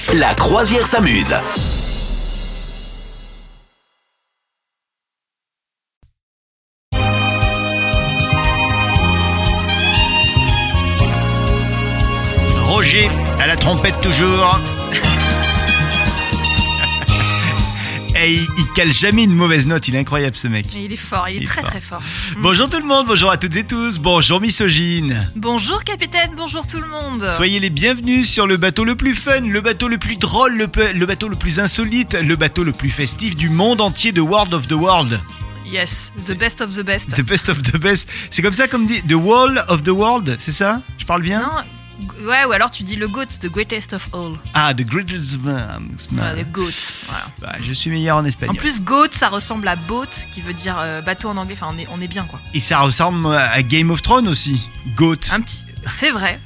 La croisière s'amuse. Roger, à la trompette toujours. Et il cale jamais une mauvaise note, il est incroyable ce mec. Et il est fort, il est très très fort. Bonjour tout le monde, bonjour à toutes et tous, bonjour misogyne. Bonjour capitaine, bonjour tout le monde. Soyez les bienvenus sur le bateau le plus fun, le bateau le plus drôle, le bateau le plus insolite, le bateau le plus festif du monde entier de World of the World. Yes, the best of the best. The best of the best, c'est comme ça comme dit, the world of the world, c'est ça? Je parle bien? Non. Ouais, ou alors tu dis le GOAT, the greatest of all. Ah, the greatest of le GOAT, voilà. Bah, je suis meilleur en espagnol. En plus, GOAT, ça ressemble à boat, qui veut dire bateau en anglais. Enfin, on est bien, quoi. Et ça ressemble à Game of Thrones aussi, GOAT. Un petit... C'est vrai,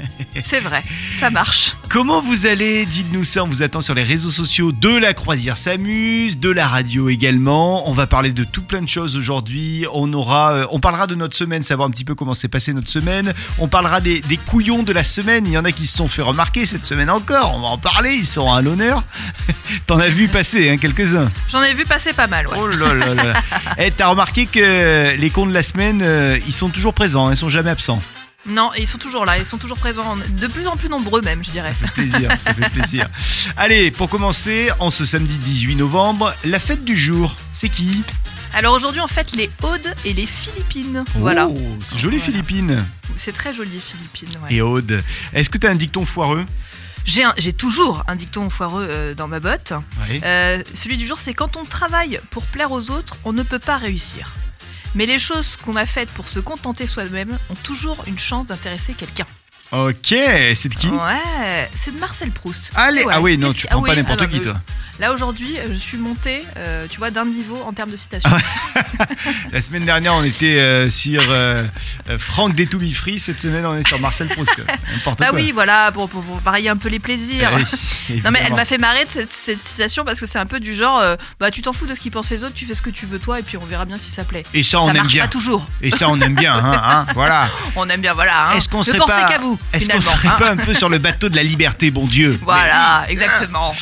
ça marche. Comment vous allez? Dites-nous ça, on vous attend sur les réseaux sociaux de La Croisière s'amuse, de la radio également. On va parler de tout plein de choses aujourd'hui. On parlera de notre semaine, savoir un petit peu comment s'est passée notre semaine. On parlera des couillons de la semaine. Il y en a qui se sont fait remarquer cette semaine encore. On va en parler, ils seront à l'honneur. T'en as vu passer, hein, quelques-uns. J'en ai vu passer pas mal, ouais. Oh là là là. Et t'as remarqué que les cons de la semaine, ils sont toujours présents, hein, ils sont jamais absents. Non, ils sont toujours là, ils sont toujours présents, de plus en plus nombreux même, je dirais. Ça fait plaisir. Allez, pour commencer, en ce samedi 18 novembre, la fête du jour, c'est qui? Alors aujourd'hui, on fête les Audes et les Philippines. Voilà. Oh, c'est joli, voilà. Philippines. C'est très joli, Philippines. Ouais. Et Aude, est-ce que tu as un dicton foireux? J'ai toujours un dicton foireux dans ma botte. Oui. Celui du jour, c'est quand on travaille pour plaire aux autres, on ne peut pas réussir. Mais les choses qu'on a faites pour se contenter soi-même ont toujours une chance d'intéresser quelqu'un. Ok, c'est de qui? Ouais, c'est de Marcel Proust. Allez, ouais. Ah oui, non, tu prends pas n'importe qui, toi. Là, aujourd'hui, je suis montée, tu vois, d'un niveau en termes de citation. La semaine dernière, on était sur Franck des To Be Free. Cette semaine, on est sur Marcel Proust. N'importe quoi. Oui, voilà, pour varier un peu les plaisirs. Oui, non, mais elle m'a fait marrer de cette citation parce que c'est un peu du genre, tu t'en fous de ce qu'ils pensent les autres, tu fais ce que tu veux toi, et puis on verra bien si ça plaît. Et ça, on aime bien. Pas toujours. Et ça, on aime bien, hein, voilà. On aime bien, voilà. Hein. Est-ce qu'on ne serait pensez pas... qu'à vous. Est-ce qu'on serait pas un peu sur le bateau de la liberté, bon Dieu? Voilà, exactement.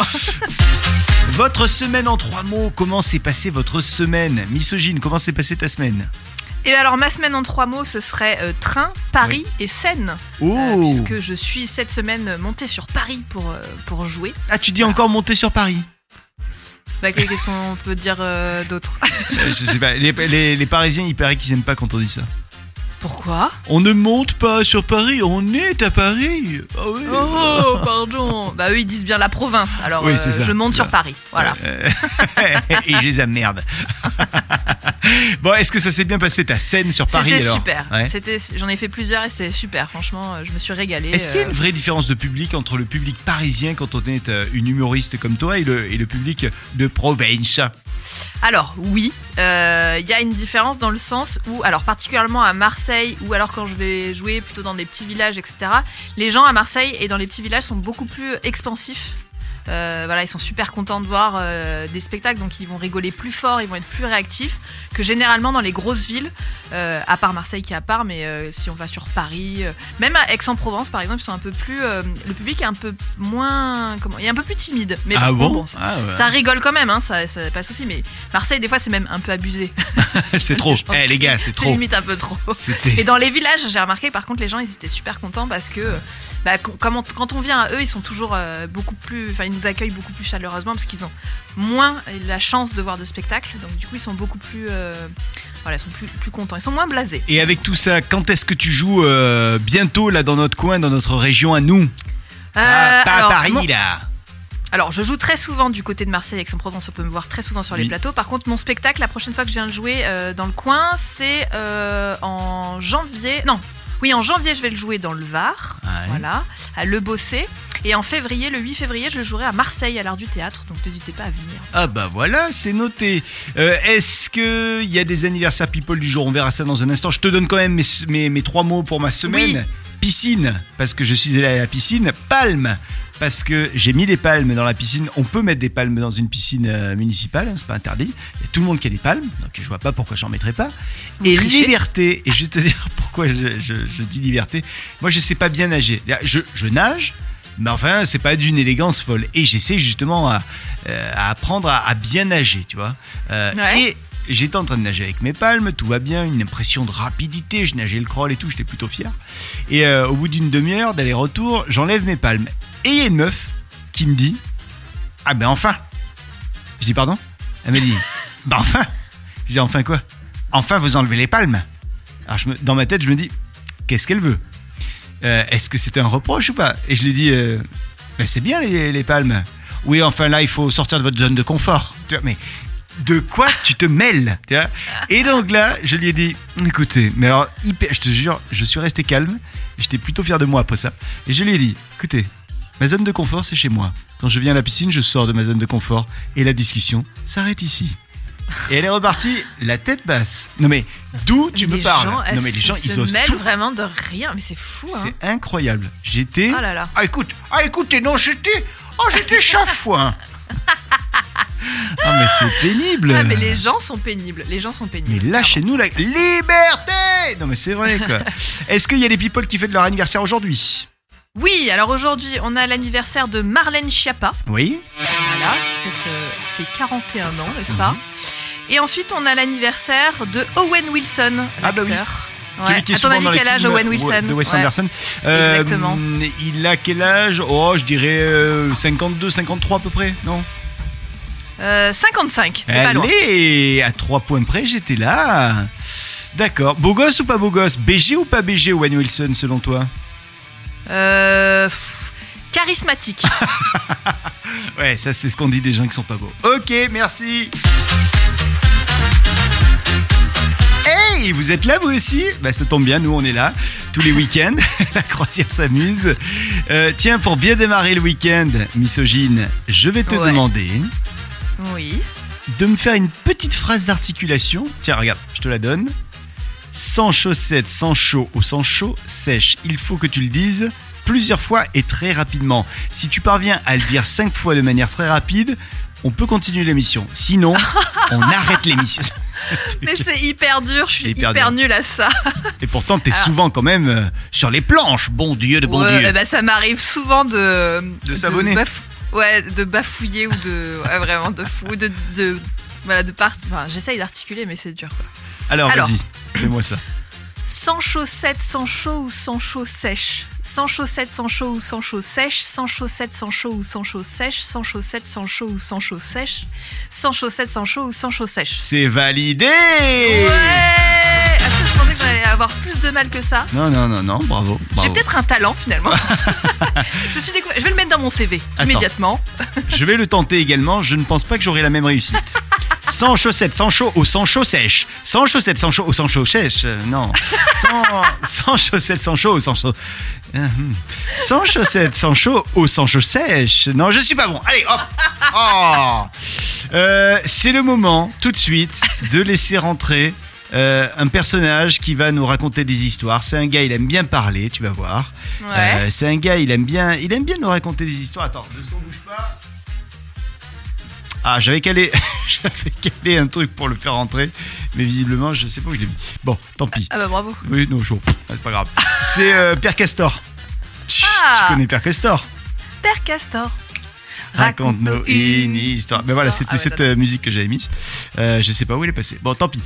Votre semaine en 3 mots, comment s'est passée votre semaine? Misogyne, comment s'est passée ta semaine? Et alors ma semaine en 3 mots, ce serait train, Paris et scène. Puisque je suis cette semaine montée sur Paris pour jouer. Ah, tu dis encore monter sur Paris? Qu'est-ce qu'on peut dire d'autre? Je sais pas, les Parisiens, il paraît qu'ils aiment pas quand on dit ça. Pourquoi? On ne monte pas sur Paris, on est à Paris. Oh, oui. Oh pardon. Eux ils disent bien la province. Alors oui, c'est ça, je monte sur Paris. Voilà. Et je les emmerde. Bon, est-ce que ça s'est bien passé ta scène sur Paris? C'était alors super. Ouais. J'en ai fait plusieurs et c'était super. Franchement, je me suis régalée. Est-ce qu'il y a une vraie différence de public entre le public parisien quand on est une humoriste comme toi et le public de province? Alors oui, il y a une différence dans le sens où, alors particulièrement à Marseille ou alors quand je vais jouer plutôt dans des petits villages, etc. Les gens à Marseille et dans les petits villages sont beaucoup plus expansifs. Ils sont super contents de voir des spectacles, donc ils vont rigoler plus fort, ils vont être plus réactifs que généralement dans les grosses villes, à part Marseille qui est à part, mais si on va sur Paris, même à Aix-en-Provence par exemple, ils sont un peu plus, le public est un peu moins, il est un peu plus timide, mais ça rigole quand même, hein, ça passe aussi, mais Marseille des fois c'est même un peu abusé. C'est trop, les gars, c'est trop. C'est limite un peu trop. Et dans les villages, j'ai remarqué par contre les gens ils étaient super contents parce que quand on vient à eux, ils sont toujours beaucoup plus, ils nous accueillent beaucoup plus chaleureusement parce qu'ils ont moins la chance de voir de spectacles, donc du coup ils sont beaucoup plus ils sont plus contents, ils sont moins blasés. Et avec tout ça, quand est-ce que tu joues bientôt là dans notre coin, dans notre région à nous? Pas à Paris là. Alors je joue très souvent du côté de Marseille, Aix-en-Provence, on peut me voir très souvent sur les plateaux. Par contre mon spectacle, la prochaine fois que je viens le jouer dans le coin, c'est en janvier. Oui, en janvier, je vais le jouer dans le Var, voilà, à Le Bossé. Et en février, le 8 février, je le jouerai à Marseille, à l'Art du Théâtre. Donc n'hésitez pas à venir. Ah bah voilà, c'est noté. Est-ce qu'il y a des anniversaires people du jour? On verra ça dans un instant. Je te donne quand même mes 3 mots pour ma semaine. Oui. Piscine, parce que je suis allé à la piscine. Palme, parce que j'ai mis des palmes dans la piscine. On peut mettre des palmes dans une piscine municipale, hein, c'est pas interdit. Il y a tout le monde qui a des palmes, donc je vois pas pourquoi j'en mettrais pas. Et liberté, et je vais te dire pourquoi je dis liberté. Moi je sais pas bien nager. Je nage, Mais enfin, c'est pas d'une élégance folle. Et j'essaie justement à apprendre à bien nager, tu vois. Et j'étais en train de nager avec mes palmes, tout va bien, une impression de rapidité, je nageais le crawl et tout, j'étais plutôt fier. Et au bout d'une demi-heure d'aller-retour, j'enlève mes palmes. Et il y a une meuf qui me dit « Ah ben enfin !» Je dis « Pardon ?» Elle me dit « Bah enfin !» Je dis « Enfin quoi ? Enfin vous enlevez les palmes !» Alors dans ma tête, je me dis « Qu'est-ce qu'elle veut ? Est-ce que c'était un reproche ou pas ?» Et je lui dis « C'est bien les palmes. » Oui, enfin là, il faut sortir de votre zone de confort. Tu vois, mais de quoi tu te mêles, tu vois ? Et donc là, je lui ai dit, écoutez, mais alors, je te jure, je suis resté calme. J'étais plutôt fier de moi après ça. Et je lui ai dit, écoutez, ma zone de confort, c'est chez moi. Quand je viens à la piscine, je sors de ma zone de confort. Et la discussion s'arrête ici. Et elle est repartie, la tête basse. Non mais, d'où tu me parles ? Non mais les gens, ils osent tout. Ils se mêlent vraiment de rien, mais c'est fou. C'est incroyable. J'étais... Oh là là. Écoutez, non, j'étais chafouin. Ah mais c'est pénible. Ah mais les gens sont pénibles. Mais lâchez-nous la liberté. Non mais c'est vrai quoi. Est-ce qu'il y a des people qui fêtent leur anniversaire aujourd'hui ? Oui, alors aujourd'hui on a l'anniversaire de Marlène Schiappa. Oui. Voilà, qui fête ses 41 ans, n'est-ce pas ? Et ensuite on a l'anniversaire de Owen Wilson, l'acteur. Bah oui. Ouais. À ton avis, quel âge Owen Wilson ? De Wes Anderson. Exactement. Il a quel âge ? Oh, je dirais 52, 53 à peu près, non ? 55, t'es pas loin. Allez, à 3 points près, j'étais là. D'accord. Beau gosse ou pas beau gosse ? BG ou pas BG, Owen Wilson, selon toi ? Charismatique. Ouais, ça c'est ce qu'on dit des gens qui sont pas beaux. Ok, merci. Hey, vous êtes là vous aussi ? Bah ça tombe bien, nous on est là tous les week-ends. La croisière s'amuse. Tiens, pour bien démarrer le week-end, misogyne, je vais te demander de me faire une petite phrase d'articulation. Tiens, regarde, je te la donne. Sans chaussettes, sans chaud ou sans chaud sèche. Il faut que tu le dises plusieurs fois et très rapidement. Si tu parviens à le dire 5 fois de manière très rapide, on peut continuer l'émission. Sinon, on arrête l'émission. Mais c'est hyper dur, je suis hyper nulle à ça. Et pourtant, t'es souvent quand même sur les planches. Bon Dieu, de bon Dieu. Bah, ça m'arrive souvent de savonner. De bafouiller ou de... vraiment, de fou. Enfin, j'essaye d'articuler, mais c'est dur, quoi. Alors, vas-y, fais-moi ça. Sans chaussettes, sans chaud ou sans chaud sèche. Sans chaussettes, sans chaud ou sans chaud sèche. Sans chaussettes, sans chaud ou sans chaud sèche. Sans chaussettes, sans chaud ou sans chaud sèche. Sans chaussettes, sans chaud ou sans chaud sèche. C'est validé. Ouais. Est-ce que je pensais que j'allais avoir plus de mal que ça ? Non, bravo. J'ai peut-être un talent finalement. Je vais le mettre dans mon CV immédiatement. Je vais le tenter également. Je ne pense pas que j'aurai la même réussite. Sans chaussettes, sans chaud ou sans chaud sèche. Sans chaussettes, sans chaud ou sans chaud sèche. Non. Sans chaussettes, sans chaud ou sans chaud. Sans chaussettes, sans chaud ou sans chaud sèche. Non, je suis pas bon. Allez, hop. Oh. C'est le moment, tout de suite, de laisser rentrer un personnage qui va nous raconter des histoires. C'est un gars, il aime bien parler, tu vas voir. Ouais. C'est un gars, il aime bien nous raconter des histoires. Attends, 2 secondes, bouge pas. Ah, j'avais calé un truc pour le faire rentrer, mais visiblement, je sais pas où je l'ai mis. Bon, tant pis. Ah bah bravo. Oui, non, c'est pas grave. C'est Père Castor. Tu connais Père Castor ? Père Castor. Raconte-nous une histoire. Ben voilà, c'était cette musique que j'avais mise. Je sais pas où elle est passée. Bon, tant pis.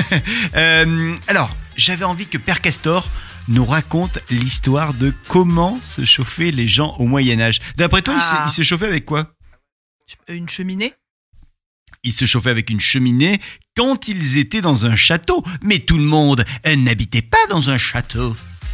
Alors, j'avais envie que Père Castor nous raconte l'histoire de comment se chauffaient les gens au Moyen-Âge. D'après toi, il se chauffait avec quoi ? Une cheminée ? Ils se chauffaient avec une cheminée quand ils étaient dans un château. Mais tout le monde n'habitait pas dans un château.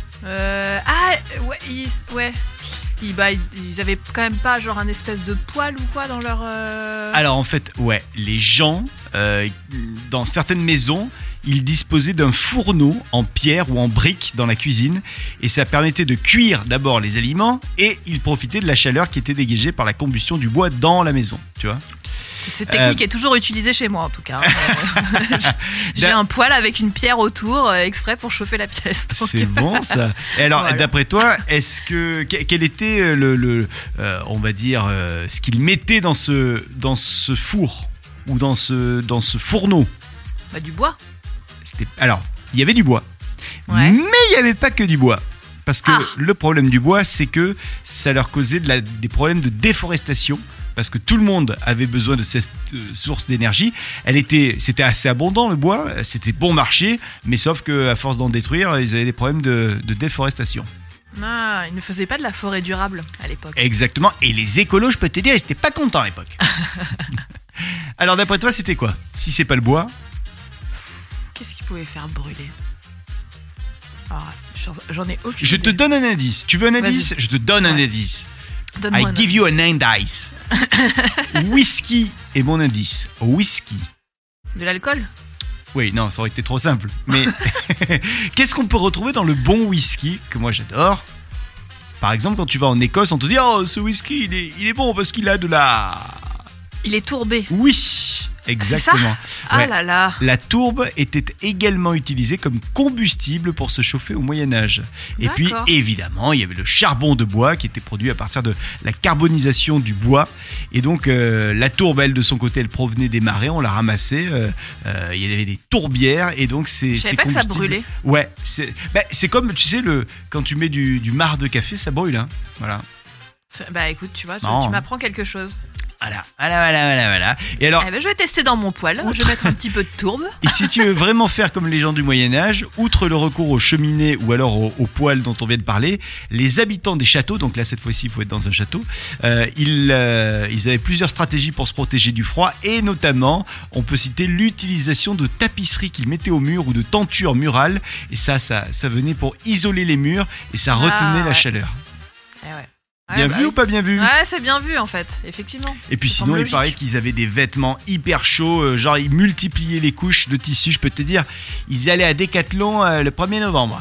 Ils avaient quand même pas genre un espèce de poêle ou quoi dans leur... Alors en fait, les gens, dans certaines maisons, ils disposaient d'un fourneau en pierre ou en brique dans la cuisine. Et ça permettait de cuire d'abord les aliments et ils profitaient de la chaleur qui était dégagée par la combustion du bois dans la maison, tu vois. Cette technique est toujours utilisée chez moi en tout cas. J'ai un poêle avec une pierre autour exprès pour chauffer la pièce. Donc... C'est bon ça. Et alors d'après toi, quel était on va dire ce qu'il mettait dans ce four ou dans ce fourneau ? Du bois. Alors il y avait du bois, mais il n'y avait pas que du bois. Parce que le problème du bois, c'est que ça leur causait des problèmes de déforestation. Parce que tout le monde avait besoin de cette source d'énergie. C'était assez abondant le bois, c'était bon marché, mais sauf qu'à force d'en détruire, ils avaient des problèmes de déforestation. Ah, ils ne faisaient pas de la forêt durable à l'époque. Exactement, et les écolos, je peux te dire, ils n'étaient pas contents à l'époque. Alors d'après toi, c'était quoi? Si c'est pas le bois? Qu'est-ce qui pouvait faire brûler? Alors, j'en ai aucune Je idée. te donne un indice. Tu veux un indice? Vas-y. Je te donne un indice. Donne-moi I un give you indice. an indice. Whisky est mon indice. Whisky. De l'alcool? Oui, non, ça aurait été trop simple. Mais qu'est-ce qu'on peut retrouver dans le bon whisky, que moi j'adore? Par exemple, quand tu vas en Écosse, on te dit « Oh, ce whisky, il est bon parce qu'il a de la... » Il est tourbé. Oui, exactement. Ah Ouais. là là. La tourbe était également utilisée comme combustible pour se chauffer au Moyen-Âge. Et puis, D'accord. évidemment, il y avait le charbon de bois qui était produit à partir de la carbonisation du bois. Et donc, la tourbe, elle, de son côté, elle provenait des marais, on la ramassait. Il y avait des tourbières. Et donc, Je savais pas que ça brûlait. Ouais, c'est comme, tu sais, quand tu mets du marc de café, ça brûle. Hein. Voilà. Bah écoute, tu vois, Marrant, tu hein. m'apprends quelque chose. Voilà. Et alors, Eh ben, je vais tester dans mon poêle. Je vais mettre un petit peu de tourbe. et si tu veux vraiment faire comme les gens du Moyen-Âge, outre le recours aux cheminées ou alors aux poêles dont on vient de parler, les habitants des châteaux, donc là cette fois-ci il faut être dans un château, ils avaient plusieurs stratégies pour se protéger du froid et notamment on peut citer l'utilisation de tapisseries qu'ils mettaient au mur ou de tentures murales et ça venait pour isoler les murs et ça retenait la ouais. chaleur. Eh ouais. Bien Ouais, vu bah ou pas bien vu? Ouais, c'est bien vu en fait, effectivement. Et puis Ça sinon, semble il logique. paraît qu'ils avaient des vêtements hyper chauds, genre ils multipliaient les couches de tissu, je peux te dire. Ils allaient à Decathlon le 1er novembre.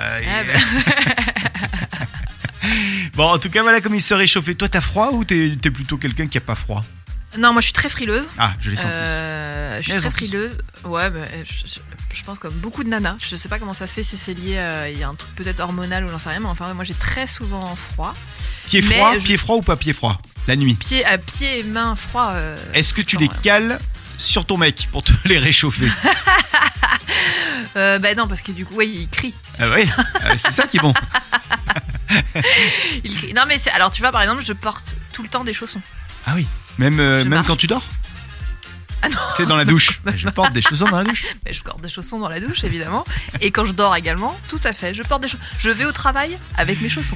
Bon, en tout cas, voilà comme ils se réchauffaient. Toi, t'as froid ou t'es plutôt quelqu'un qui a pas froid? Non, moi je suis très frileuse. Ah, je l'ai senti. Je suis Bien très senti. frileuse. Ouais, bah, je pense comme beaucoup de nanas. Je sais pas comment ça se fait, si c'est lié, il y a un truc peut-être hormonal ou j'en sais rien, mais enfin, ouais, moi j'ai très souvent froid. Pied mais froid, je- pied froid ou pas pied froid? La nuit. Pieds et mains froids. Est-ce que tu non, les ouais. cales sur ton mec pour te les réchauffer? Bah non, parce que du coup, ouais, il crie. Ah oui, c'est ça qui est bon. Il crie. Non, mais alors tu vois, par exemple, je porte tout le temps des chaussons. Ah oui, même marche. quand tu dors? Ah non, Tu sais, dans la douche. Je porte des chaussons dans la douche. mais je porte des chaussons dans la douche, évidemment. Et quand je dors également, tout à fait, je porte des chaussons. Je vais au travail avec mes chaussons.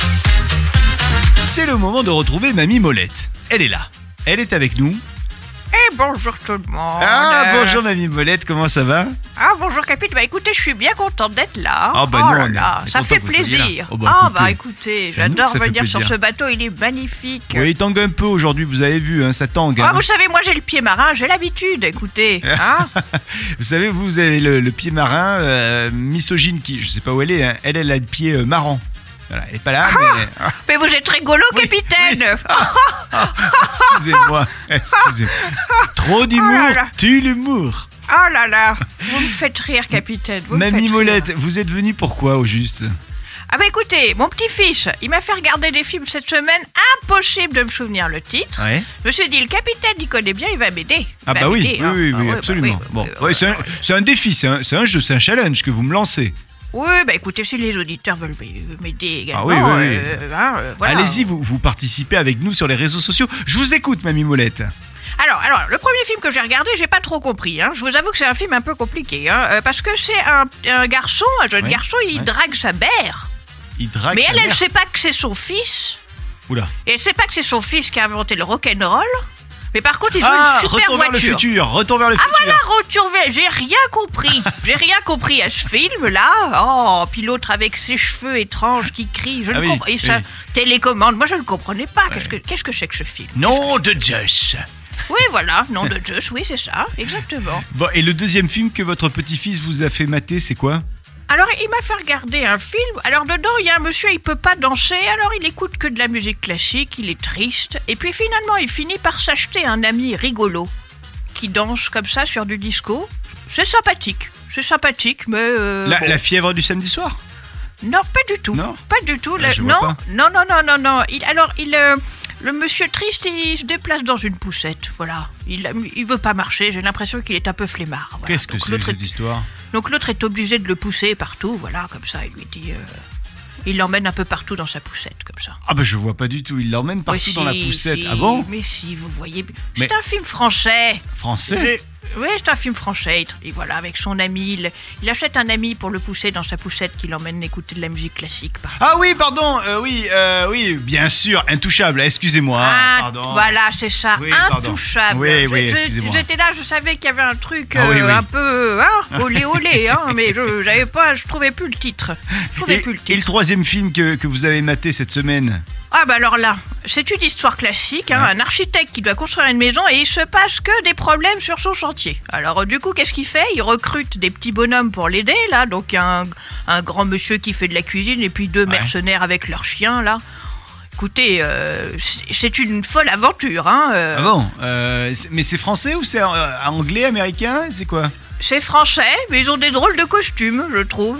C'est le moment de retrouver Mamie Molette. Elle est là. Elle est avec nous. Eh bonjour tout le monde. Ah, bonjour Mamie Molette, comment ça va? Ah bonjour Capite, bah écoutez, je suis bien contente d'être là. Ah, bah oh non, là on est là, ça content fait que vous soyez là. plaisir. Oh, bah, bah écoutez, écoutez, c'est à nous que j'adore ça fait venir sur plaisir. ce bateau, il est magnifique. Oui, il tangue un peu aujourd'hui, vous avez vu, hein, ça tangue. Ah, Hein. vous savez, moi j'ai le pied marin, j'ai l'habitude, écoutez. Hein. Vous savez, vous avez le pied marin, misogyne qui, je sais pas où elle est, hein, elle a le pied marrant. Voilà, elle est pas là, mais... Ah, Mais vous êtes rigolo, Oui, capitaine. excusez-moi. Trop d'humour, Oh là là. tue l'humour. Oh là là, vous me faites rire, capitaine. vous me Mamie faites Molette, rire. vous êtes venue pourquoi au juste? Ah bah écoutez, mon petit-fils, il m'a fait regarder des films cette semaine, impossible de me souvenir le titre. Ouais. Je me suis dit, le capitaine, il connaît bien, il va m'aider. Ah Il bah va oui, m'aider, hein. oui, Ah ouais, bah absolument. oui, Bon, ouais, ouais, c'est un défi, c'est un jeu, c'est un challenge que vous me lancez. Oui, bah écoutez, si les auditeurs veulent m'aider également, Ah oui, oui, voilà. Allez-y, vous participez avec nous sur les réseaux sociaux. Je vous écoute, Mamie Molette. Alors, le premier film que j'ai regardé, j'ai pas trop compris. Hein. Je vous avoue que c'est un film un peu compliqué, hein, parce que c'est un garçon, un jeune Ouais, garçon, il ouais. drague sa mère. Il drague Mais sa elle mère. sait pas que c'est son fils. Oula. Et elle sait pas que c'est son fils qui a inventé le rock'n'roll. Mais par contre, il joue Ah, une super retour vers le voiture. futur, retour vers le futur. Voilà, j'ai rien compris. J'ai rien compris à ce film-là. Oh, puis l'autre avec ses cheveux étranges qui crie. Je Ah ne oui, comprends. Et ça oui. télécommande. Moi, je ne comprenais pas. Qu'est-ce que c'est que ce film? Nom de Zeus. Oui, voilà. Nom de Zeus. Oui, c'est ça. Exactement. Bon, et le deuxième film que votre petit-fils vous a fait mater, c'est quoi? Alors, il m'a fait regarder un film. Alors, dedans, il y a un monsieur, il peut pas danser. Alors, il écoute que de la musique classique. Il est triste. Et puis, finalement, il finit par s'acheter un ami rigolo qui danse comme ça sur du disco. C'est sympathique. C'est sympathique, mais... bon. La fièvre du samedi soir? Non, pas du tout. Non Pas du tout. Je vois pas. Non. Le monsieur triste, il se déplace dans une poussette. Voilà. Il veut pas marcher. J'ai l'impression qu'il est un peu flemmard. Voilà. Qu'est-ce que Donc, c'est l'autre cette histoire? Donc l'autre est obligé de le pousser partout. Voilà, comme ça, il lui dit Il l'emmène un peu partout dans sa poussette, comme ça. Ah bah je vois pas du tout, il l'emmène partout Oui, dans la si, poussette. si, Ah bon? Mais si, vous voyez... Mais- C'est un film français. Français? Oui, c'est un film français. Et voilà, avec son ami, il achète un ami pour le pousser dans sa poussette qui l'emmène écouter de la musique classique. Ah oui, pardon, oui, bien sûr, Intouchable, excusez-moi, pardon. Voilà, c'est ça, Oui, pardon. Intouchable. Oui, excusez-moi. J'étais là, je savais qu'il y avait un truc Ah oui, oui. un peu, olé olé, mais je trouvais plus le titre. Et le troisième film que vous avez maté cette semaine? Ah bah alors là, c'est une histoire classique, un architecte qui doit construire une maison et il se passe que des problèmes sur son chantier. Alors du coup, qu'est-ce qu'il fait? Il recrute des petits bonhommes pour l'aider, là, donc il y a un grand monsieur qui fait de la cuisine et puis deux mercenaires avec leurs chiens, là. Écoutez, c'est une folle aventure, Ah bon, mais c'est français ou c'est anglais, américain, c'est quoi? C'est français, mais ils ont des drôles de costumes, je trouve.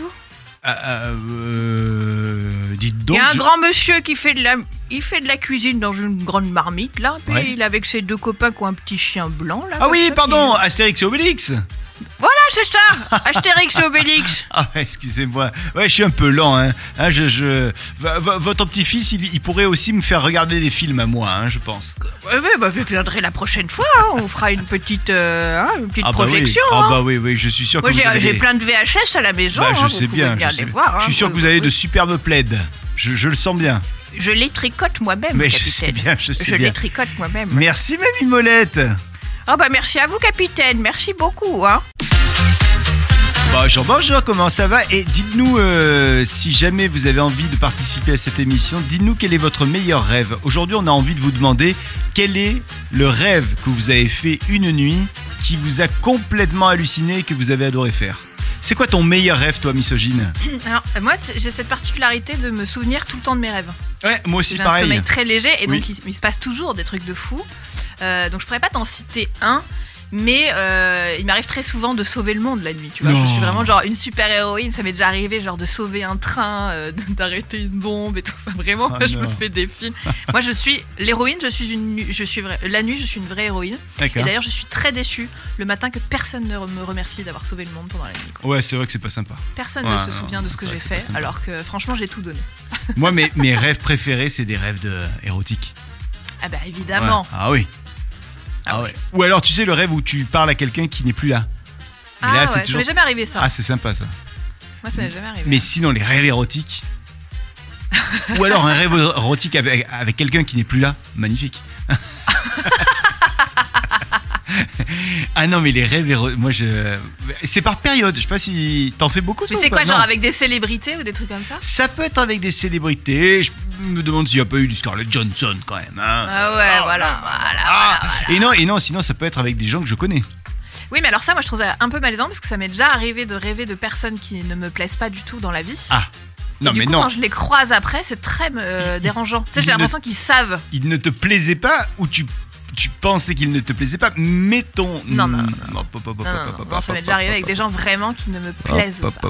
Dites Il donc. y a un grand monsieur qui fait de la cuisine dans une grande marmite, là, puis Ouais. il est avec ses deux copains qui ont un petit chien blanc, là. Ah comme oui, ça, pardon, puis- Astérix et Obélix. Voilà, c'est ça, Astérix et Obélix. Ah, excusez-moi. Ouais, je suis un peu lent, hein. Votre petit-fils, il pourrait aussi me faire regarder des films à moi, hein, je pense. Je viendrai la prochaine fois, on fera une petite Ah projection. bah oui. Ah bah oui, je suis sûr Moi, que vous avez... j'ai plein de VHS à la maison. Bah, je vous sais pouvez bien. venir Je, les sais- voir, je suis sûr que vous avez oui. de superbes plaids. Je le sens bien. Je les tricote moi-même, Mais capitaine. je sais bien, je sais Je bien. les tricote moi-même. Merci, Mamie Molette. Ah bah merci à vous, capitaine. Merci beaucoup. Hein. Bonjour, comment ça va? Et dites-nous, si jamais vous avez envie de participer à cette émission, dites-nous quel est votre meilleur rêve. Aujourd'hui, on a envie de vous demander quel est le rêve que vous avez fait une nuit qui vous a complètement halluciné et que vous avez adoré faire. C'est quoi ton meilleur rêve, toi, misogyne? Alors, moi, j'ai cette particularité de me souvenir tout le temps de mes rêves. Ouais, moi aussi, J'ai un pareil. sommeil très léger et donc Oui. il se passe toujours des trucs de fou. Donc je pourrais pas t'en citer un, mais il m'arrive très souvent de sauver le monde la nuit. Tu vois, Non. je suis vraiment genre une super héroïne. Ça m'est déjà arrivé genre de sauver un train, d'arrêter une bombe et tout. Enfin, vraiment, Oh je me non. fais des films. Moi, je suis l'héroïne. La nuit, je suis une vraie héroïne. Et D'accord. d'ailleurs, je suis très déçue le matin que personne ne me remercie d'avoir sauvé le monde pendant la nuit. Quoi. Ouais, c'est vrai que c'est pas sympa. Personne Ouais, ne se non, souvient de ce que c'est vrai j'ai que c'est pas fait, sympa. alors que franchement, j'ai tout donné. Moi, mes rêves préférés, c'est des rêves érotiques. Ah bah évidemment. Ouais. Ah oui. Ah ouais. Ou alors, tu sais, le rêve où tu parles à quelqu'un qui n'est plus là. Et Ah là, ouais, c'est ça toujours... m'est jamais arrivé ça. Ah, c'est sympa ça. Moi, ça m'est jamais arrivé. Mais sinon, les rêves érotiques. Ou alors un rêve érotique avec quelqu'un qui n'est plus là. Magnifique. Ah non, mais les rêves érotiques. Moi, c'est par période. Je sais pas si t'en fais beaucoup. Mais toi, c'est ou pas? quoi, genre Non. avec des célébrités ou des trucs comme ça? Ça peut être avec des célébrités. Je me demande s'il n'y a pas eu du Scarlett Johansson quand même. Hein. Ah ouais, voilà. Et non, sinon ça peut être avec des gens que je connais. Oui, mais alors ça, moi, je trouve ça un peu malaisant parce que ça m'est déjà arrivé de rêver de personnes qui ne me plaisent pas du tout dans la vie. Ah, non, et du mais coup, non. quand je les croise après, c'est très dérangeant. Tu sais, j'ai l'impression qu'ils savent. Il ne te plaisait pas ou tu pensais qu'il ne te plaisait pas. Mettons. Non, non, Non, Non, ça m'est déjà arrivé avec des gens vraiment qui ne me plaisent pas.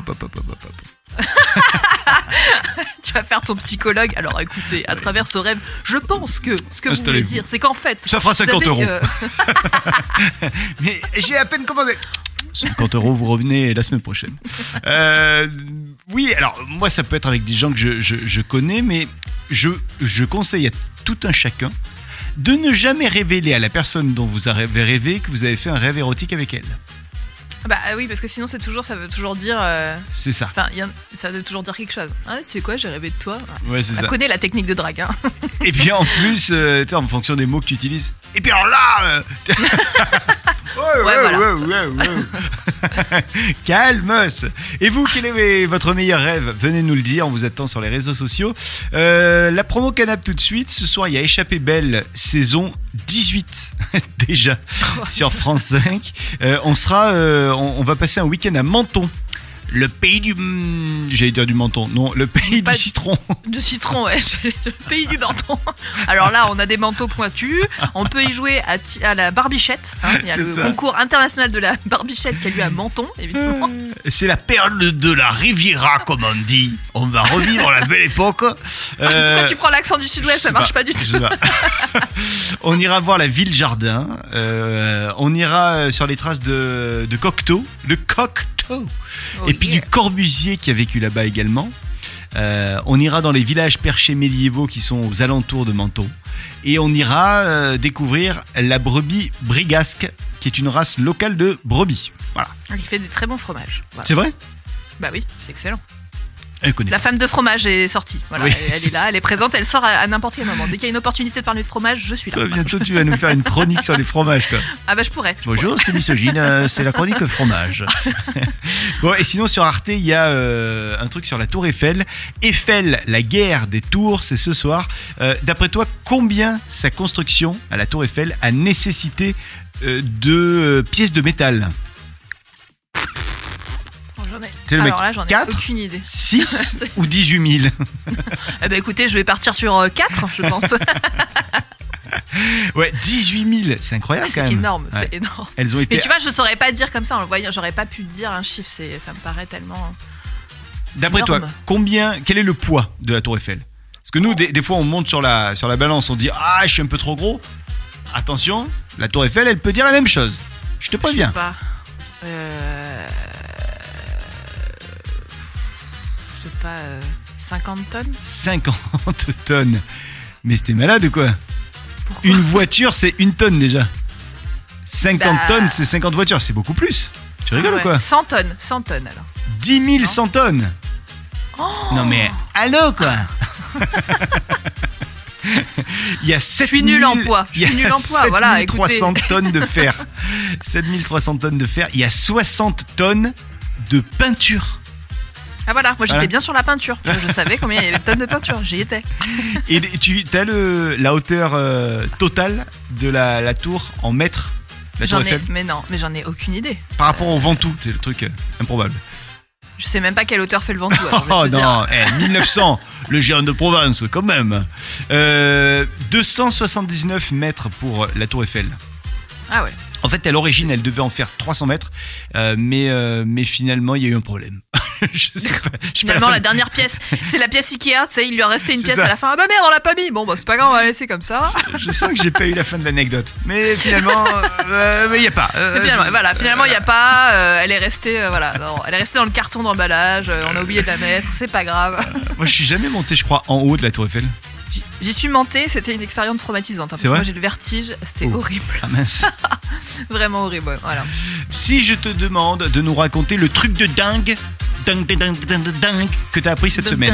Tu vas faire ton psychologue. Alors écoutez, à travers ce rêve, je pense que ce que vous voulez Installez-vous. dire, c'est qu'en fait. Ça fera vous 50 avez, euros. Mais j'ai à peine commencé. 50 euros, vous revenez la semaine prochaine. Oui, alors moi ça peut être avec des gens que je connais, mais je conseille à tout un chacun de ne jamais révéler à la personne dont vous avez rêvé que vous avez fait un rêve érotique avec elle. Bah oui, parce que sinon, ça veut toujours dire. C'est ça. Enfin, ça veut toujours dire quelque chose. Ah, tu sais quoi, j'ai rêvé de toi. Ouais, c'est On ça. connaît la technique de drague. Hein. Et puis en plus, tu sais, en fonction des mots que tu utilises. Et puis alors là. Ouais. Calmos. Et vous, quel est votre meilleur rêve? Venez nous le dire, on vous attend sur les réseaux sociaux. La promo Canap tout de suite. Ce soir, il y a Échappée Belle, saison 18 déjà sur France 5. On va passer un week-end à Menton. Le pays du... J'allais dire du menton. Non, le pays Pas du du- citron. De citron, ouais. Le pays du menton. Alors là, on a des manteaux pointus. On peut y jouer à la barbichette. Hein. Il y a C'est le ça. concours international de la barbichette qui a lieu à Menton, évidemment. C'est la perle de la Riviera, comme on dit. On va revivre la belle époque. Pourquoi tu prends l'accent du sud-ouest? Ça marche pas du tout. Je sais pas. On ira voir la ville jardin. On ira sur les traces de Cocteau. Le Cocteau. Oh, Et puis yeah. du Corbusier qui a vécu là-bas également. On ira dans les villages perchés médiévaux qui sont aux alentours de Menton. Et on ira découvrir la brebis brigasque, qui est une race locale de brebis. Voilà. Il fait des très bons fromages. Voilà. C'est vrai ? Bah oui, c'est excellent. Elle connaît. La femme de fromage est sortie. Voilà, Oui, elle est là, elle est présente, elle sort à n'importe quel moment. Dès qu'il y a une opportunité de parler de fromage, je suis là. Toi, bientôt, tu vas nous faire une chronique sur les fromages, quoi. Ah bah je pourrais. Bonjour, c'est Misogyne, c'est la chronique fromage. Bon, et sinon sur Arte, il y a un truc sur la Tour Eiffel. Eiffel, la guerre des tours, c'est ce soir. D'après toi, combien sa construction à la Tour Eiffel a nécessité de pièces de métal ? Alors là, j'en ai 4, aucune idée. 6 ou 18 000 ? Eh ben écoutez, je vais partir sur 4, je pense. Ouais, 18 000, c'est incroyable quand même. C'est énorme, Ouais. c'est énorme. Elles ont été... Mais tu vois, je saurais pas dire comme ça en le voyant, j'aurais pas pu dire un chiffre, ça me paraît tellement... D'après toi, quel est le poids de la Tour Eiffel ? Parce que nous, des fois, on monte sur la balance, on dit « Ah, je suis un peu trop gros ». Attention, la Tour Eiffel, elle peut dire la même chose. Je te préviens. Je sais pas. Je sais pas, 50 tonnes ? 50 tonnes. Mais c'était malade ou quoi ? Pourquoi ? Une voiture, c'est 1 tonne déjà. 50 Bah... tonnes, c'est 50 voitures. C'est beaucoup plus. Tu rigoles ou quoi ? 100 tonnes alors. 10 000 100 tonnes. Oh, Non mais, allô quoi. Il y a 7 je suis nul en poids. Je suis nul en poids, voilà. 7300 tonnes de fer. 7300 tonnes de fer. Il y a 60 tonnes de peinture. Ah voilà, moi j'étais bien sur la peinture. Tu vois, je savais combien il y avait de tonnes de peinture. J'y étais. Et tu as la hauteur totale de la tour en mètres, la Tour Eiffel ? Mais j'en ai aucune idée. Par rapport au Ventoux, c'est le truc improbable. Je sais même pas quelle hauteur fait le Ventoux. Alors Oh non, 1900, le géant de Provence, quand même. 279 mètres pour la Tour Eiffel. Ah ouais. En fait, à l'origine, elle devait en faire 300 mètres, mais finalement, il y a eu un problème. Je sais pas. Finalement, la dernière pièce, c'est la pièce Ikea, tu sais, il lui en restait une C'est pièce ça. à la fin. Ah bah merde, on l'a pas mis. Bon, bah c'est pas grave, on va laisser comme ça. Je sens que j'ai pas eu la fin de l'anecdote. Mais finalement, il n'y a pas. Finalement, il y a pas. Elle est restée, elle est restée dans le carton d'emballage. On a oublié de la mettre. C'est pas grave. Moi, je suis jamais monté, je crois, en haut de la Tour Eiffel. J'y suis montée. C'était une expérience traumatisante. Parce que moi, j'ai le vertige. C'était horrible. Ah mince. Vraiment horrible. Ouais, voilà. Si je te demande de nous raconter le truc de dingue que t'as appris cette semaine.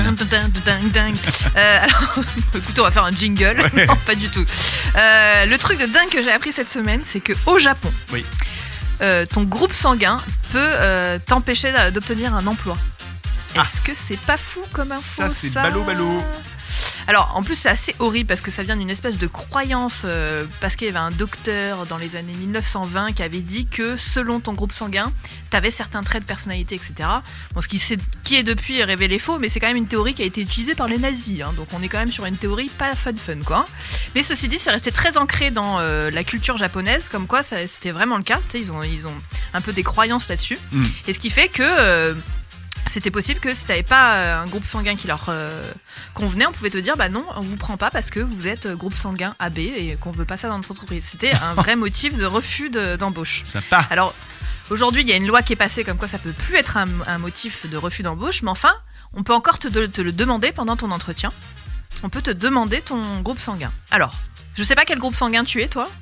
Alors, écoute, on va faire un jingle. Ouais. Non, pas du tout. Le truc de dingue que j'ai appris cette semaine, c'est que au Japon, Oui. ton groupe sanguin peut t'empêcher d'obtenir un emploi. Ah. Est-ce que c'est pas fou comme info, Ça, c'est ballot. Alors, en plus, c'est assez horrible parce que ça vient d'une espèce de croyance, parce qu'il y avait un docteur dans les années 1920 qui avait dit que selon ton groupe sanguin, t'avais certains traits de personnalité, etc. Bon, ce qui est depuis révélé faux, mais c'est quand même une théorie qui a été utilisée par les nazis, hein, donc on est quand même sur une théorie pas fun, quoi. Mais ceci dit, c'est resté très ancré dans la culture japonaise, comme quoi c'était vraiment le cas. Tu sais, ils ont un peu des croyances là-dessus, et ce qui fait que c'était possible que si t'avais pas un groupe sanguin qui leur convenait, on pouvait te dire bah non, on vous prend pas parce que vous êtes groupe sanguin AB et qu'on veut pas ça dans notre entreprise. C'était un vrai motif de refus d'embauche. Sympa. Alors aujourd'hui, il y a une loi qui est passée comme quoi ça peut plus être un motif de refus d'embauche, mais enfin, on peut encore te le demander pendant ton entretien. On peut te demander ton groupe sanguin. Alors, je sais pas quel groupe sanguin tu es, toi.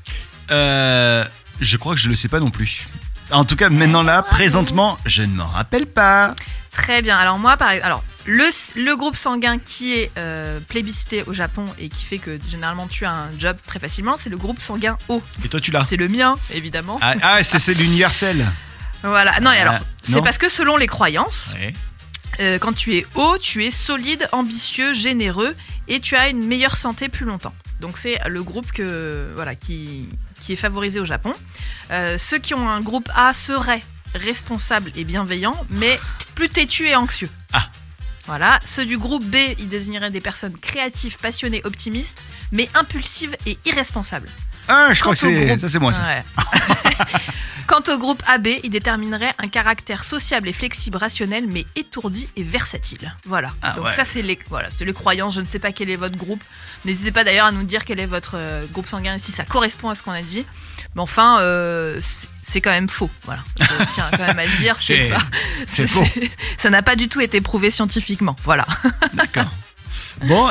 Je crois que je le sais pas non plus. En tout cas, maintenant là, présentement, je ne m'en rappelle pas. Très bien. Alors moi, le groupe sanguin qui est plébiscité au Japon et qui fait que généralement tu as un job très facilement, c'est le groupe sanguin O. Et toi, tu l'as ? C'est le mien, évidemment. C'est l'universel. Voilà. Non, et alors, c'est non. parce que selon les croyances, Ouais. quand tu es O, tu es solide, ambitieux, généreux et tu as une meilleure santé plus longtemps. Donc c'est le groupe qui est favorisé au Japon. Ceux qui ont un groupe A seraient responsables et bienveillants, mais plus têtus et anxieux. Ah. Voilà. Ceux du groupe B, ils désigneraient des personnes créatives, passionnées, optimistes, mais impulsives et irresponsables. Je crois que c'est moi ça. Ouais. Quant au groupe AB, il déterminerait un caractère sociable et flexible, rationnel, mais étourdi et versatile. Voilà. Donc ça, c'est les croyances. Je ne sais pas quel est votre groupe. N'hésitez pas d'ailleurs à nous dire quel est votre groupe sanguin et si ça correspond à ce qu'on a dit. Mais enfin, c'est quand même faux. Voilà. Je tiens quand même à le dire. C'est faux. Ça n'a pas du tout été prouvé scientifiquement. Voilà. D'accord. Bon,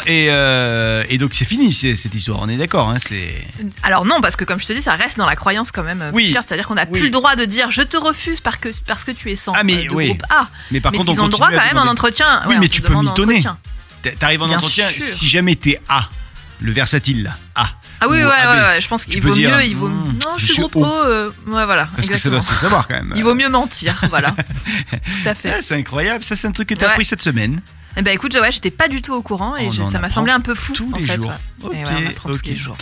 et donc c'est fini cette histoire, on est d'accord, hein, Alors non, parce que comme je te dis, ça reste dans la croyance quand même. C'est-à-dire qu'on n'a plus le droit de dire je te refuse parce que tu es sans groupe A. Mais par contre, ils ont le droit quand même en entretien. Oui, mais tu peux mitonner. T'arrives en Bien entretien, sûr. si jamais t'es A, le versatile là, A. Ah oui, ouais, je pense qu'il vaut dire, mieux. Non, je suis groupe O. Ouais, voilà. Parce que ça doit se savoir quand même. Il vaut mieux mentir, voilà. Tout à fait. Ah, c'est incroyable, ça c'est un truc que t'as appris cette semaine. Eh ben écoute, j'étais pas du tout au courant et ça m'a semblé un peu fou tous en les fait. Jours. Ouais. Et on apprend tous les jours.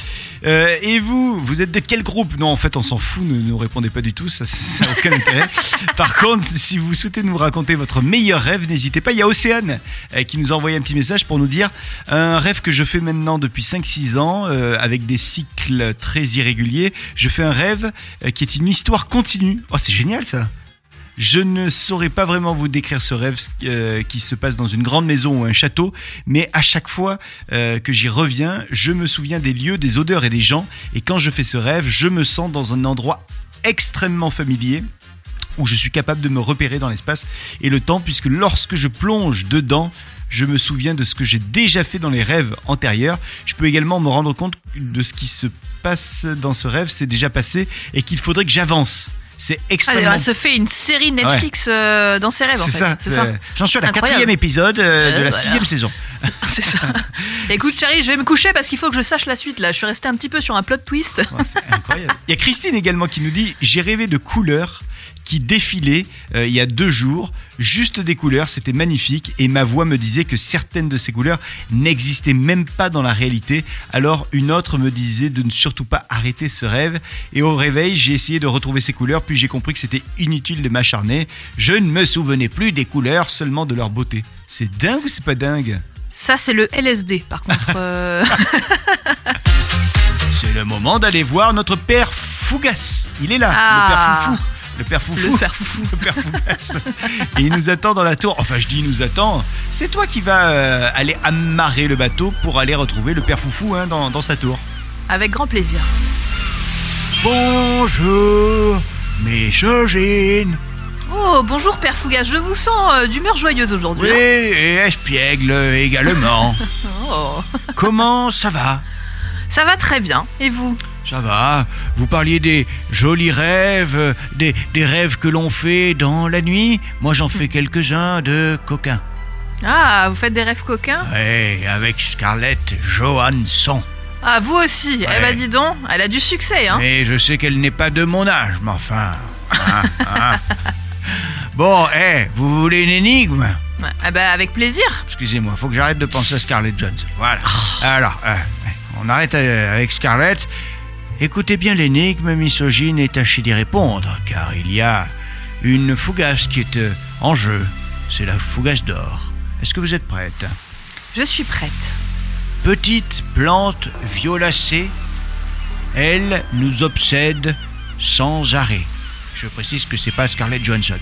Et vous êtes de quel groupe? Non, en fait, on s'en fout, ne nous répondez pas du tout, ça n'a aucun intérêt. Par contre, si vous souhaitez nous raconter votre meilleur rêve, n'hésitez pas. Il y a Océane qui nous a envoyé un petit message pour nous dire un rêve que je fais maintenant depuis 5-6 ans, avec des cycles très irréguliers. Je fais un rêve qui est une histoire continue. Oh, c'est génial ça! Je ne saurais pas vraiment vous décrire ce rêve qui se passe dans une grande maison ou un château, mais à chaque fois que j'y reviens, je me souviens des lieux, des odeurs et des gens. Et quand je fais ce rêve, je me sens dans un endroit extrêmement familier où je suis capable de me repérer dans l'espace et le temps, puisque lorsque je plonge dedans, je me souviens de ce que j'ai déjà fait dans les rêves antérieurs. Je peux également me rendre compte de ce qui se passe dans ce rêve, c'est déjà passé et qu'il faudrait que j'avance. C'est extrêmement... Elle se fait une série Netflix dans ses rêves, en fait. C'est ça. J'en suis à la 4e épisode de la 6e saison. C'est ça. Écoute, chérie, je vais me coucher parce qu'il faut que je sache la suite. Là, je suis restée un petit peu sur un plot twist. C'est incroyable. Il y a Christine également qui nous dit « J'ai rêvé de couleurs qui défilaient il y a 2 jours, juste des couleurs, c'était magnifique et ma voix me disait que certaines de ces couleurs n'existaient même pas dans la réalité. Alors une autre me disait de ne surtout pas arrêter ce rêve et au réveil j'ai essayé de retrouver ces couleurs puis j'ai compris que c'était inutile de m'acharner. Je ne me souvenais plus des couleurs, seulement de leur beauté. C'est dingue ou c'est pas dingue ? Ça c'est le LSD par contre. C'est le moment d'aller voir notre père Fougas. Il est là, le père Foufou. Le père Foufou. Le père Fougas. Et il nous attend dans la tour. Enfin, je dis il nous attend. C'est toi qui vas aller amarrer le bateau pour aller retrouver le père Foufou dans sa tour. Avec grand plaisir. Bonjour, mes chogines. Oh, bonjour père Fougas. Je vous sens d'humeur joyeuse aujourd'hui. Oui, et espiègle également. Oh. Comment ça va ? Ça va très bien. Et vous ? Ça va, vous parliez des jolis rêves, des rêves que l'on fait dans la nuit. Moi j'en fais quelques-uns de coquins. Ah, vous faites des rêves coquins ? Oui, avec Scarlett Johansson. Ah, vous aussi. Ouais. Eh ben dis donc, elle a du succès, hein. Mais je sais qu'elle n'est pas de mon âge, mais enfin... Bon, vous voulez une énigme ? Ouais, eh ben avec plaisir. Excusez-moi, faut que j'arrête de penser à Scarlett Johansson. Voilà. Alors, on arrête avec Scarlett. Écoutez bien l'énigme, misogyne, et tâchez d'y répondre, car il y a une fougasse qui est en jeu. C'est la fougasse d'or. Est-ce que vous êtes prête ? Je suis prête. Petite plante violacée, elle nous obsède sans arrêt. Je précise que c'est pas Scarlett Johansson.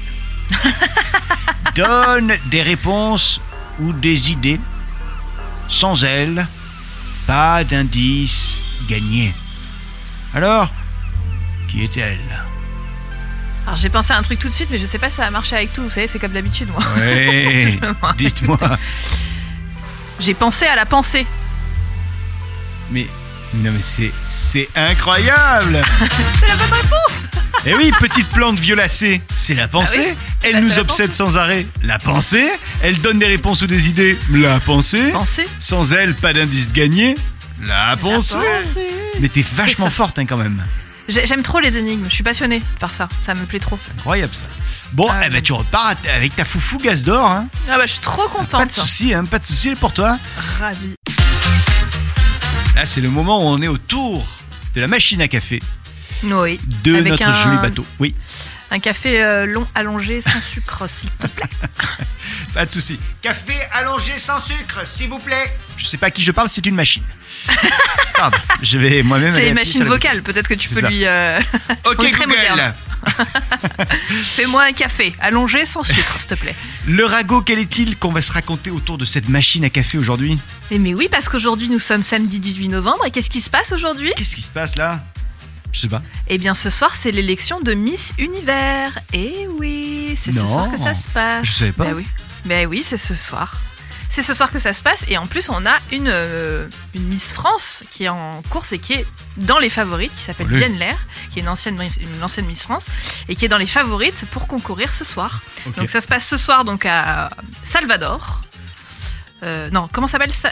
Donne des réponses ou des idées. Sans elle, pas d'indice gagné. Alors, qui est-elle ? Alors j'ai pensé à un truc tout de suite, mais je sais pas si ça va marcher avec tout. Vous savez, c'est comme d'habitude, moi. Oui, dites-moi. J'ai pensé à la pensée. Mais c'est incroyable. C'est la bonne réponse. Eh oui, petite plante violacée, c'est la pensée. Ah oui, elle nous obsède sans arrêt, la pensée. Elle donne des réponses ou des idées, la pensée. Sans elle, pas d'indice gagné, la pensée. Mais t'es vachement forte quand même. J'aime trop les énigmes, je suis passionnée par ça, ça me plaît trop. C'est incroyable ça. Bon, tu repars avec ta foufou gaz d'or. Hein. Ah bah je suis trop contente. Pas de soucis, pour toi. Ravie. Là, c'est le moment où on est autour de la machine à café. Oui. De avec notre joli bateau. Oui. Un café long allongé sans sucre, s'il te plaît. Pas de souci. Café allongé sans sucre, s'il vous plaît. Je sais pas à qui je parle, c'est une machine. Pardon, je vais moi-même. C'est une machine vocale, peut-être que tu peux lui. Ok, Google. Fais-moi un café, allongé sans sucre, s'il te plaît. Le ragot, quel est-il qu'on va se raconter autour de cette machine à café aujourd'hui? Mais oui, parce qu'aujourd'hui, nous sommes samedi 18 novembre. Et qu'est-ce qui se passe aujourd'hui? Qu'est-ce qui se passe là? Je sais pas. Eh bien, ce soir, c'est l'élection de Miss Univers. Eh oui, c'est ce Non. soir que ça se passe. Je savais pas. Ben oui, c'est ce soir. C'est ce soir que ça se passe. Et en plus, on a une Miss France qui est en course et qui est dans les favorites, qui s'appelle Diane Lair, qui est une ancienne Miss France, et qui est dans les favorites pour concourir ce soir. Okay. Donc ça se passe ce soir donc à Salvador. Non, comment s'appelle ça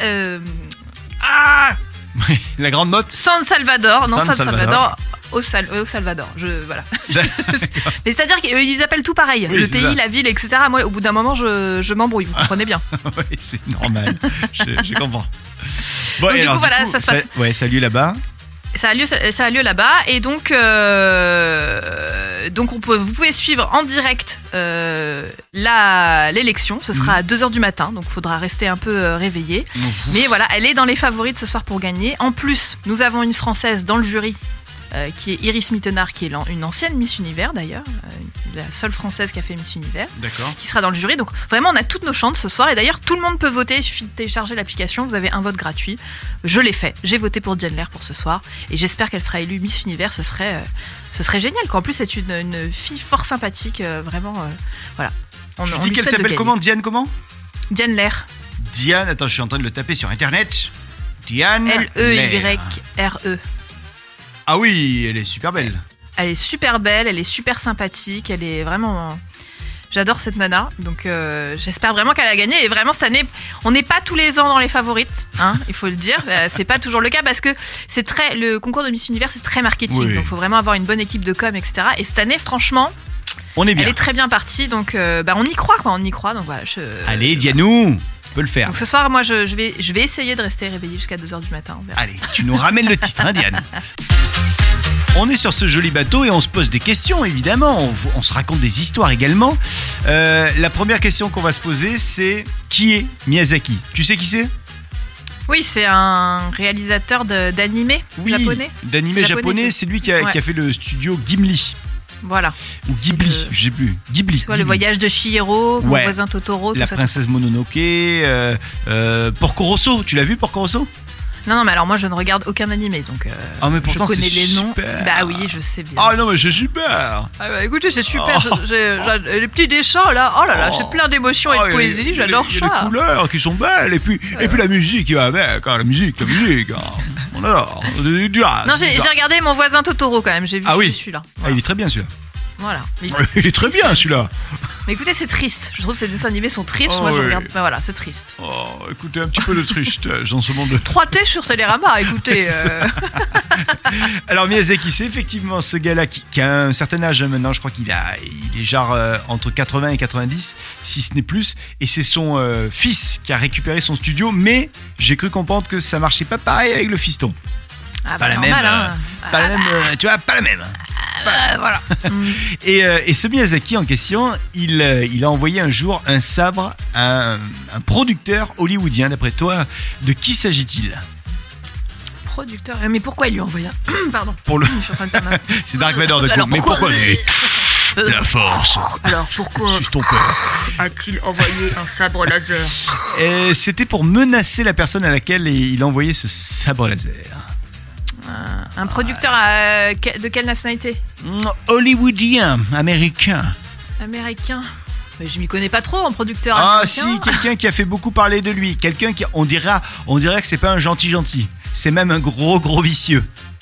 Oui, la grande note. San Salvador. Non, San San Salvador. Au Salvador. Voilà. Mais c'est-à-dire qu'ils appellent tout pareil. Oui, le c'est pays, ça. la ville, etc. Moi, au bout d'un moment, je m'embrouille. Vous comprenez bien. Oui, c'est normal. je comprends. Bon, Donc, et du alors, coup, voilà, ça se passe. Ouais, ça a lieu là-bas. Ça a lieu là-bas. Et donc vous pouvez suivre en direct l'élection. Ce sera à 2h du matin. Donc, il faudra rester un peu réveillé. Mais voilà, elle est dans les favorites ce soir pour gagner. En plus, nous avons une Française dans le jury. Qui est Iris Mittenard, qui est une ancienne Miss Univers d'ailleurs, la seule Française qui a fait Miss Univers, D'accord. qui sera dans le jury. Donc vraiment, on a toutes nos chances ce soir. Et d'ailleurs, tout le monde peut voter. Il suffit de télécharger l'application. Vous avez un vote gratuit. Je l'ai fait. J'ai voté pour Diane Lair pour ce soir. Et j'espère qu'elle sera élue Miss Univers. Ce serait génial. En plus, c'est une fille fort sympathique. Vraiment, voilà. Tu dis qu'elle s'appelle comment? Diane comment? Diane Lair. Diane, attends, je suis en train de le taper sur Internet. Diane L-E-Y-R-E. Ah oui, elle est super belle. Elle est super belle, elle est super sympathique, elle est vraiment... J'adore cette nana, donc j'espère vraiment qu'elle a gagné. Et vraiment, cette année, on n'est pas tous les ans dans les favorites, hein, il faut le dire. C'est pas toujours le cas parce que le concours de Miss Univers, c'est très marketing. Oui. Donc il faut vraiment avoir une bonne équipe de com, etc. Et cette année, franchement, on est bien. Elle est très bien partie, donc on y croit, quoi. On y croit, donc voilà. Allez, Dianou, on peut le faire. Donc ce soir, moi, je vais essayer de rester réveillée jusqu'à 2h du matin. On verra. Allez, tu nous ramènes le titre, hein, Diane. On est sur ce joli bateau et on se pose des questions, évidemment. On se raconte des histoires également. La première question qu'on va se poser, c'est qui est Miyazaki? Tu sais qui c'est? Oui, c'est un réalisateur d'animé japonais. D'animé japonais, c'est lui qui a fait le studio Ghibli. Voilà. Ou Ghibli, je sais plus. Ghibli. Tu vois, le voyage de Chihiro, mon voisin Totoro, tout La ça. princesse Mononoke, Porco Rosso, tu l'as vu Porco Rosso? Non, mais alors moi je ne regarde aucun animé, donc mais pourtant, je connais c'est les noms. super. Bah oui, je sais bien. Ah non, mais c'est super. Ah bah écoutez, c'est super. J'ai les petits dessins là, oh là là, j'ai plein d'émotions et de poésie, j'adore ça. Il y a des couleurs qui sont belles et puis la musique qui va avec, hein, la musique. Hein. On adore. C'est du jazz. Non, j'ai regardé mon voisin Totoro quand même, j'ai vu celui-là. Voilà. Ah, il est très bien celui-là. Voilà. Il est très bien celui-là. Mais écoutez, c'est triste. Je trouve que ces dessins animés sont tristes. Moi, je regarde. Bah voilà, c'est triste. Oh, écoutez, un petit peu de tristesse dans ce monde. 3T sur Télérama, écoutez. Alors Miyazaki, c'est effectivement ce gars-là qui a un certain âge maintenant. Je crois qu'il est genre entre 80 et 90, si ce n'est plus. Et c'est son fils qui a récupéré son studio. Mais j'ai cru comprendre que ça marchait pas pareil avec le fiston. Ah, pas la normal, même. Pas la même. Tu vois, pas la même. Voilà. Et ce Miyazaki en question, il a envoyé un jour un sabre à un producteur hollywoodien. D'après toi, de qui s'agit-il? Producteur. Mais pourquoi il lui a envoyé un... Pardon. Je suis en train de perdre ma- C'est Dark Vador de coup. Alors, Mais pourquoi la force. Alors pourquoi Suis ton père. a-t-il envoyé un sabre laser? Et c'était pour menacer la personne à laquelle il a envoyé ce sabre laser. Un producteur de quelle nationalité? Hollywoodien, américain. Américain. Mais je m'y connais pas trop en producteur Ah américain. si, quelqu'un qui a fait beaucoup parler de lui. Quelqu'un qui, on dirait que c'est pas un gentil. C'est même un gros vicieux.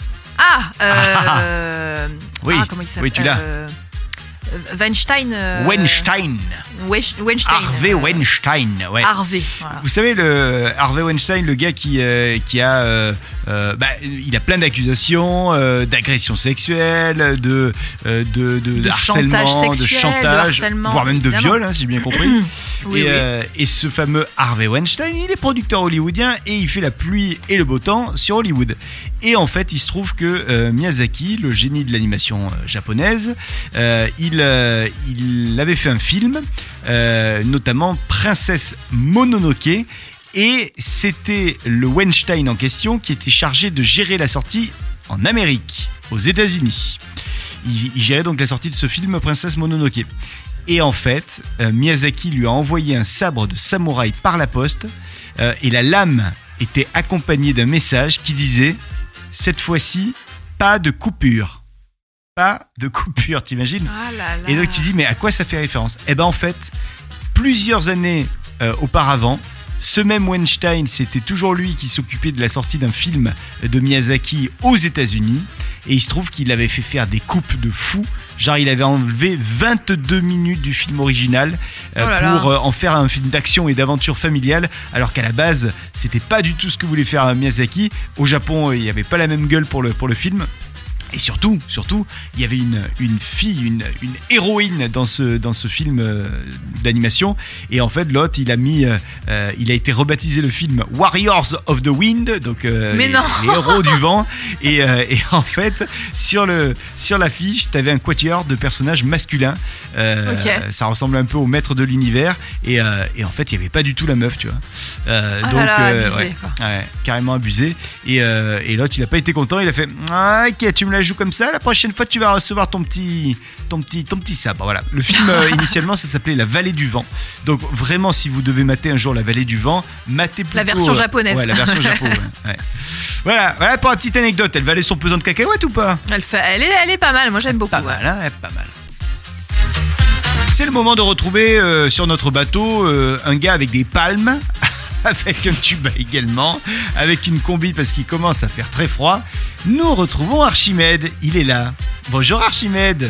Oui, comment il s'appelle? oui, tu l'as. Weinstein. Weinstein. Weinstein. Harvey Weinstein, ouais. Harvey, voilà. Vous savez, le Harvey Weinstein, le gars qui a il a plein d'accusations, d'agression sexuelle, de harcèlement, chantage sexuel, de chantage, harcèlement, voire même de évidemment. viol, hein, si j'ai bien compris. Oui. Et ce fameux Harvey Weinstein, il est producteur hollywoodien et il fait la pluie et le beau temps sur Hollywood. Et en fait, il se trouve que Miyazaki, le génie de l'animation japonaise, il avait fait un film, notamment Princesse Mononoke, et c'était le Weinstein en question qui était chargé de gérer la sortie en Amérique, aux États-Unis. il gérait donc la sortie de ce film Princesse Mononoke. Et en fait, Miyazaki lui a envoyé un sabre de samouraï par la poste et la lame était accompagnée d'un message qui disait « Cette fois-ci, pas de coupure ». Pas de coupure, t'imagines ? Ah là là. Et donc tu dis, mais à quoi ça fait référence ? Eh ben en fait, plusieurs années auparavant, ce même Weinstein, c'était toujours lui qui s'occupait de la sortie d'un film de Miyazaki aux États-Unis. Et il se trouve qu'il avait fait faire des coupes de fou. Genre, il avait enlevé 22 minutes du film original pour en faire un film d'action et d'aventure familiale. Alors qu'à la base, c'était pas du tout ce que voulait faire Miyazaki. Au Japon, il n'y avait pas la même gueule pour le film. Et surtout, il y avait une fille, une héroïne dans ce film d'animation. Et en fait, l'autre, il a été rebaptisé le film Warriors of the Wind, donc les héros du vent. Et en fait, sur l'affiche, t'avais un quatuor de personnages masculins. Ça ressemble un peu au maître de l'univers. Et en fait, il n'y avait pas du tout la meuf, tu vois. Abusé, carrément abusé. Et l'autre, il n'a pas été content. Il a fait ok, tu me la joues comme ça, la prochaine fois tu vas recevoir ton petit sabre. Voilà. Le film initialement ça s'appelait La Vallée du Vent. Donc vraiment, si vous devez mater un jour La Vallée du Vent, matez plutôt la version japonaise. Ouais, la version japonaise. Ouais. Voilà pour la petite anecdote. Elle valait son pesant de cacahuètes ou pas ? Elle est pas mal. Moi j'aime beaucoup. Pas mal, hein, pas mal. C'est le moment de retrouver sur notre bateau un gars avec des palmes. Avec un tuba également, avec une combi parce qu'il commence à faire très froid. Nous retrouvons Archimède, il est là. Bonjour Archimède.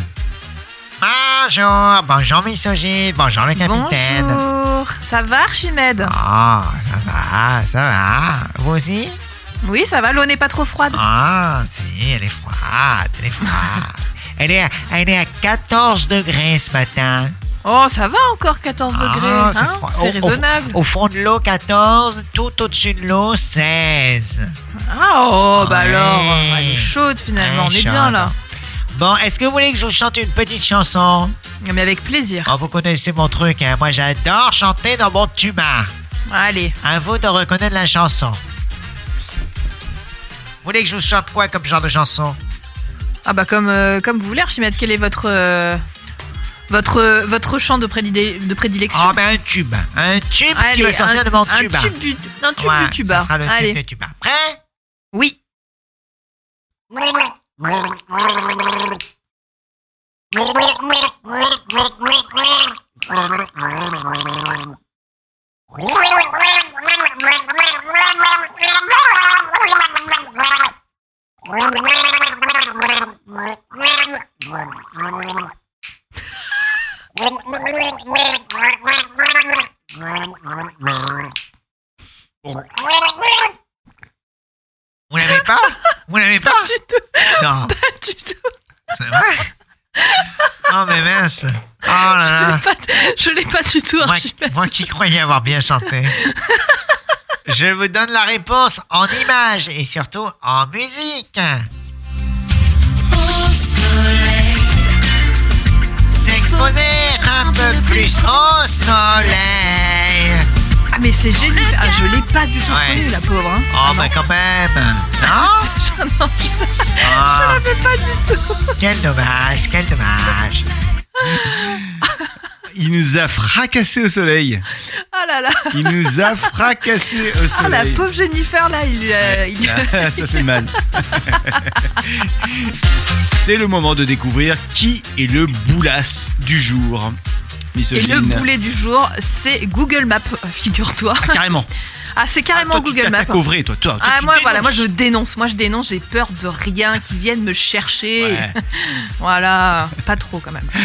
Bonjour Misogyne, bonjour le capitaine. Bonjour, ça va Archimède ? Ah, ça va. Vous aussi ? Oui, ça va, l'eau n'est pas trop froide. Ah, si, elle est froide. Elle est à 14 degrés ce matin. Oh, ça va encore 14 degrés, c'est froid. C'est raisonnable. Au fond de l'eau, 14, tout au-dessus de l'eau, 16. Alors, elle est chaude finalement, on est chaude. bien là. Bon, est-ce que vous voulez que je vous chante une petite chanson ? Mais avec plaisir. Oh, vous connaissez mon truc, hein. Moi j'adore chanter dans mon tuba. Allez. À vous de reconnaître la chanson. Vous voulez que je vous chante quoi comme genre de chanson ? Ah bah comme vous voulez Archimède, quel est votre chant de prédilection? Oh ben un tube qui va sortir de mon tuba. Un tube du tuba. Ça sera le Allez. tube du tuba. Prêt? Oui. Vous n'avez pas? Pas du tout. Non. Pas du tout. C'est vrai? Oh mais mince. Oh là là. Je l'ai pas du tout, Archimède. Moi qui croyais avoir bien chanté. Je vous donne la réponse en images et surtout en musique. Au soleil, S'exposer un peu plus au soleil. Ah mais c'est génial. Ah, je l'ai pas du tout Ouais. connue, la pauvre. Hein. Oh bah quand même. Non? Non, je Ah, l'avais pas du tout. quel dommage. Il nous a fracassé au soleil. Ah là là. Il nous a fracassé au Ah soleil. la pauvre Jennifer là, il... Ah, ça fait mal. C'est le moment de découvrir qui est le boulasse du jour. Et Misogyne. le boulet du jour, c'est Google Maps, figure-toi. Ah, carrément. Ah, c'est carrément toi, Google tu Maps. t'attaques au vrai, toi. Ah, tu moi, dénonces. je dénonce. Moi, je dénonce. J'ai peur de rien qui vienne me chercher. Ouais. Voilà. Pas trop, quand même.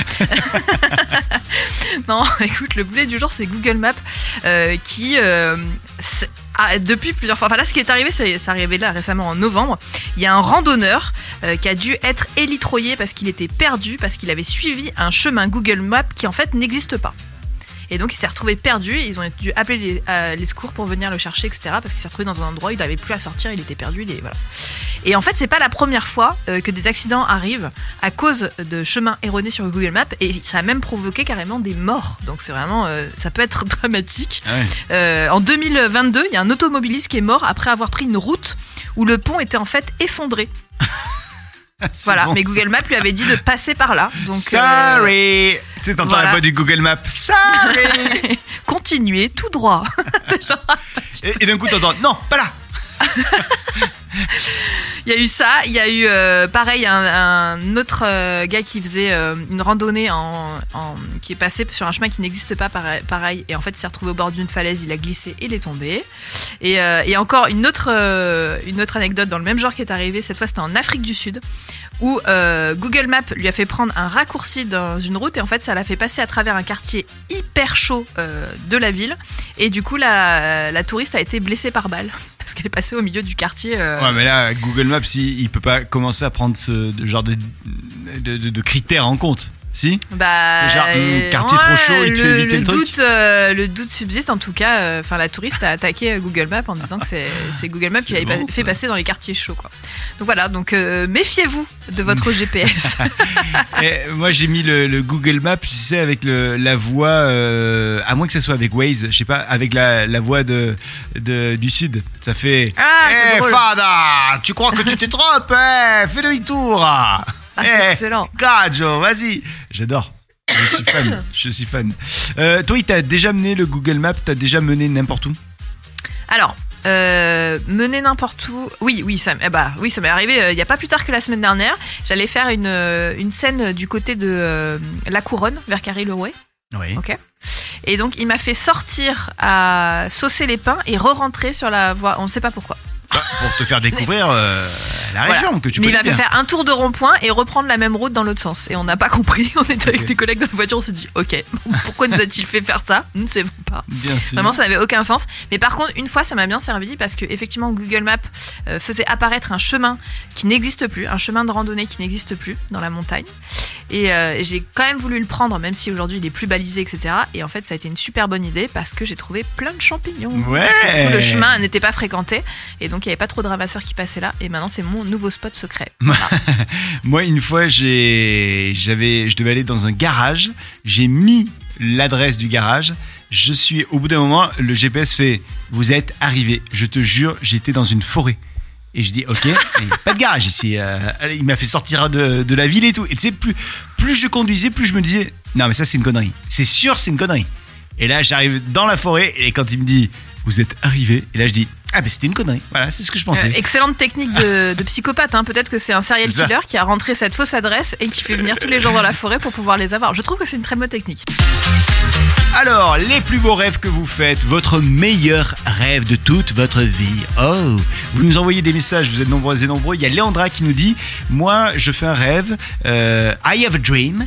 Non, écoute, le boulet du jour, c'est Google Maps qui, depuis plusieurs fois. Enfin, là, ce qui est arrivé, c'est arrivé là récemment en novembre. Il y a un randonneur qui a dû être élitroyé parce qu'il était perdu, parce qu'il avait suivi un chemin Google Maps qui, en fait, n'existe pas. Et donc il s'est retrouvé perdu et ils ont dû appeler les secours pour venir le chercher, etc. Parce qu'il s'est retrouvé dans un endroit où il n'avait plus à sortir, il était perdu. Voilà. Et en fait, c'est pas la première fois que des accidents arrivent à cause de chemins erronés sur Google Maps et ça a même provoqué carrément des morts. Donc c'est vraiment, ça peut être dramatique. Ah ouais. En 2022, il y a un automobiliste qui est mort après avoir pris une route où le pont était en fait effondré. Voilà, bon, mais ça. Google Maps lui avait dit de passer par là. Donc, Sorry. Tu sais, t'entends voilà. la voix du Google Maps. Sorry. continuez tout droit. Et d'un coup, t'entends non, pas là. Il y a eu ça, il y a eu pareil un autre gars qui faisait une randonnée qui est passé sur un chemin qui n'existe pas pareil, et en fait il s'est retrouvé au bord d'une falaise, il a glissé et il est tombé. Et encore une autre anecdote dans le même genre qui est arrivée, cette fois c'était en Afrique du Sud, où Google Maps lui a fait prendre un raccourci dans une route, et en fait ça l'a fait passer à travers un quartier hyper chaud de la ville, et du coup la touriste a été blessée par balle parce qu'elle est passée au milieu du quartier. Ouais, mais là, Google Maps, il peut pas commencer à prendre ce genre de critères en compte. Si? Bah, Genre, quartier trop chaud, il te fait éviter le truc. Le doute subsiste en tout cas. Enfin, la touriste a attaqué Google Maps en disant que c'est Google Maps qui C'est l'avait bon, fait ça. passer dans les quartiers chauds, quoi. Donc voilà. Donc méfiez-vous de votre GPS. Et moi, j'ai mis le Google Maps, tu sais, avec la voix, à moins que ça soit avec Waze, je sais pas, avec la voix du Sud. Ça fait. Ah, c'est drôle. Fada, tu crois que tu t'es trompé? Fais demi-tour. Ah, c'est excellent. Gajo, vas-y. J'adore. Je suis fan. Toi, il t'a déjà mené le Google Maps, t'as déjà mené n'importe où? Alors. Mener n'importe où. Oui, ça m'est arrivé il y a pas plus tard que la semaine dernière. J'allais faire une scène du côté de La Couronne, vers Carry-le-Rouet. Oui. Ok. Et donc il m'a fait sortir à Saucer les Pins et re-rentrer sur la voie. On ne sait pas pourquoi. Pour te faire découvrir la Voilà. région que tu Mais il connais m'a fait bien. faire un tour de rond-point et reprendre la même route dans l'autre sens. Et on n'a pas compris. On était avec Ok. des collègues dans la voiture. On s'est dit, ok, pourquoi nous a-t-il fait faire ça? Nous ne savons pas. Bien sûr. Vraiment, ça n'avait aucun sens. Mais par contre, une fois, ça m'a bien servi parce que effectivement, Google Maps faisait apparaître un chemin qui n'existe plus, un chemin de randonnée qui n'existe plus dans la montagne. Et j'ai quand même voulu le prendre, même si aujourd'hui il est plus balisé, etc. Et en fait, ça a été une super bonne idée parce que j'ai trouvé plein de champignons. Ouais. Parce que, du coup, le chemin n'était pas fréquenté et donc il n'y avait pas trop de ramasseurs qui passaient là. Et maintenant, c'est mon nouveau spot secret. Voilà. Moi, une fois, je devais aller dans un garage. J'ai mis l'adresse du garage. Au bout d'un moment, le GPS fait « Vous êtes arrivé. » Je te jure, j'étais dans une forêt. Et je dis ok, il n'y a pas de garage ici. Il m'a fait sortir de la ville et tout. Et tu sais, plus je conduisais, plus je me disais non mais ça c'est une connerie. C'est sûr c'est une connerie. Et là j'arrive dans la forêt et quand il me dit vous êtes arrivé, et là je dis ah ben c'était une connerie. Voilà, c'est ce que je pensais. Excellente technique de psychopathe. Hein. Peut-être que c'est un serial C'est ça. killer qui a rentré cette fausse adresse et qui fait venir tous les gens dans la forêt pour pouvoir les avoir. Je trouve que c'est une très bonne technique. Alors, les plus beaux rêves que vous faites, votre meilleur rêve de toute votre vie. Oh, vous nous envoyez des messages, vous êtes nombreux et nombreux. Il y a Léandra qui nous dit, moi, je fais un rêve, I have a dream.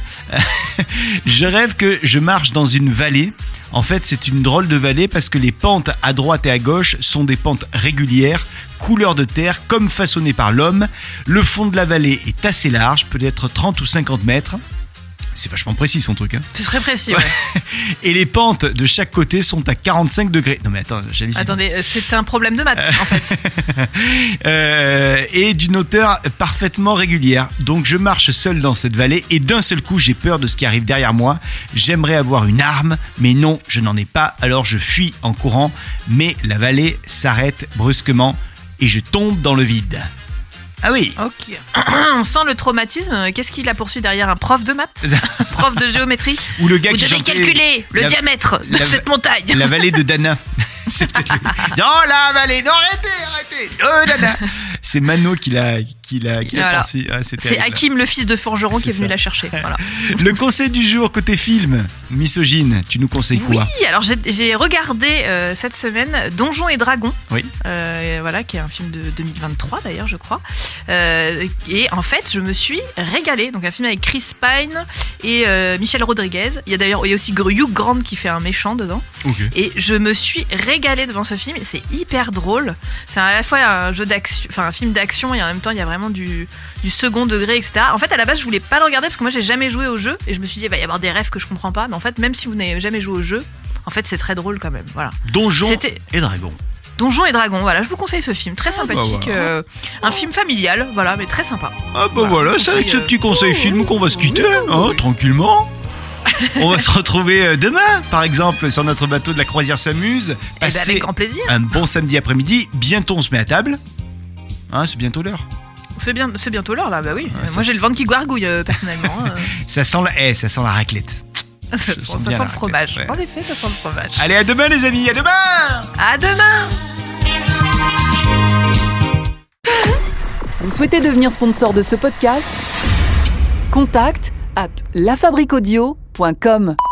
Je rêve que je marche dans une vallée. En fait, c'est une drôle de vallée parce que les pentes à droite et à gauche sont des pentes régulières, couleur de terre, comme façonnées par l'homme. Le fond de la vallée est assez large, peut-être 30 ou 50 mètres. C'est vachement précis son truc, hein. C'est très précis, ouais. Et les pentes de chaque côté sont à 45 degrés. Non mais attends, j'hallucine. Attendez, c'est un problème de maths, en fait. Et d'une hauteur parfaitement régulière. Donc je marche seul dans cette vallée et d'un seul coup j'ai peur de ce qui arrive derrière moi. J'aimerais avoir une arme, mais non, je n'en ai pas. Alors je fuis en courant, mais la vallée s'arrête brusquement et je tombe dans le vide. Ah oui. Ok. On sent le traumatisme. Qu'est-ce qui la poursuit derrière? Un prof de maths? Prof de géométrie? Ou le gars Vous qui devez chantait calculer le la- diamètre de la- cette montagne. La vallée de Dana. C'est peut-être lui. Dans la vallée. Non, arrêtez. De Dana. C'est Mano qui l'a Voilà. pensé. Ah, c'est C'est terrible. Hakim, le fils de forgeron, qui est C'est venu ça. la chercher. Voilà. Le conseil du jour côté film, misogyne, tu nous conseilles quoi? Oui, alors j'ai regardé cette semaine Donjons et Dragons, Oui. voilà, qui est un film de 2023 d'ailleurs, je crois. Et en fait, je me suis régalée. Donc un film avec Chris Pine et Michelle Rodriguez. Il y a aussi Hugh Grant qui fait un méchant dedans. Ok. Et je me suis régalée devant ce film. C'est hyper drôle. C'est à la fois un jeu d'action, enfin un film d'action, et en même temps il y a vraiment du second degré, etc. En fait, à la base, je voulais pas le regarder parce que moi j'ai jamais joué au jeu et je me suis dit il va y avoir des rêves que je comprends pas. Mais en fait, même si vous n'avez jamais joué au jeu, en fait c'est très drôle quand même. Voilà. Donjons C'était et Dragons. Donjons et Dragons. Voilà, je vous conseille ce film, très sympathique, voilà. un film familial, voilà, mais très sympa. Ah bah voilà, c'est avec ce petit conseil film qu'on va se quitter, hein, tranquillement. On va se retrouver demain, par exemple, sur notre bateau de la croisière s'amuse. Et Passez avec grand plaisir. un bon samedi après-midi. Bientôt on se met à table. Hein, c'est bientôt l'heure. C'est bientôt l'heure là, bah oui. Ouais, ça, Moi j'ai le ventre qui gargouille personnellement. hein. Ça sent la raclette. Ça sens sent bien la le fromage. raclette, ouais. En effet, ça sent le fromage. Allez, à demain les amis, à demain. À demain. Vous souhaitez devenir sponsor de ce podcast ? Contact @lafabriquaudio.com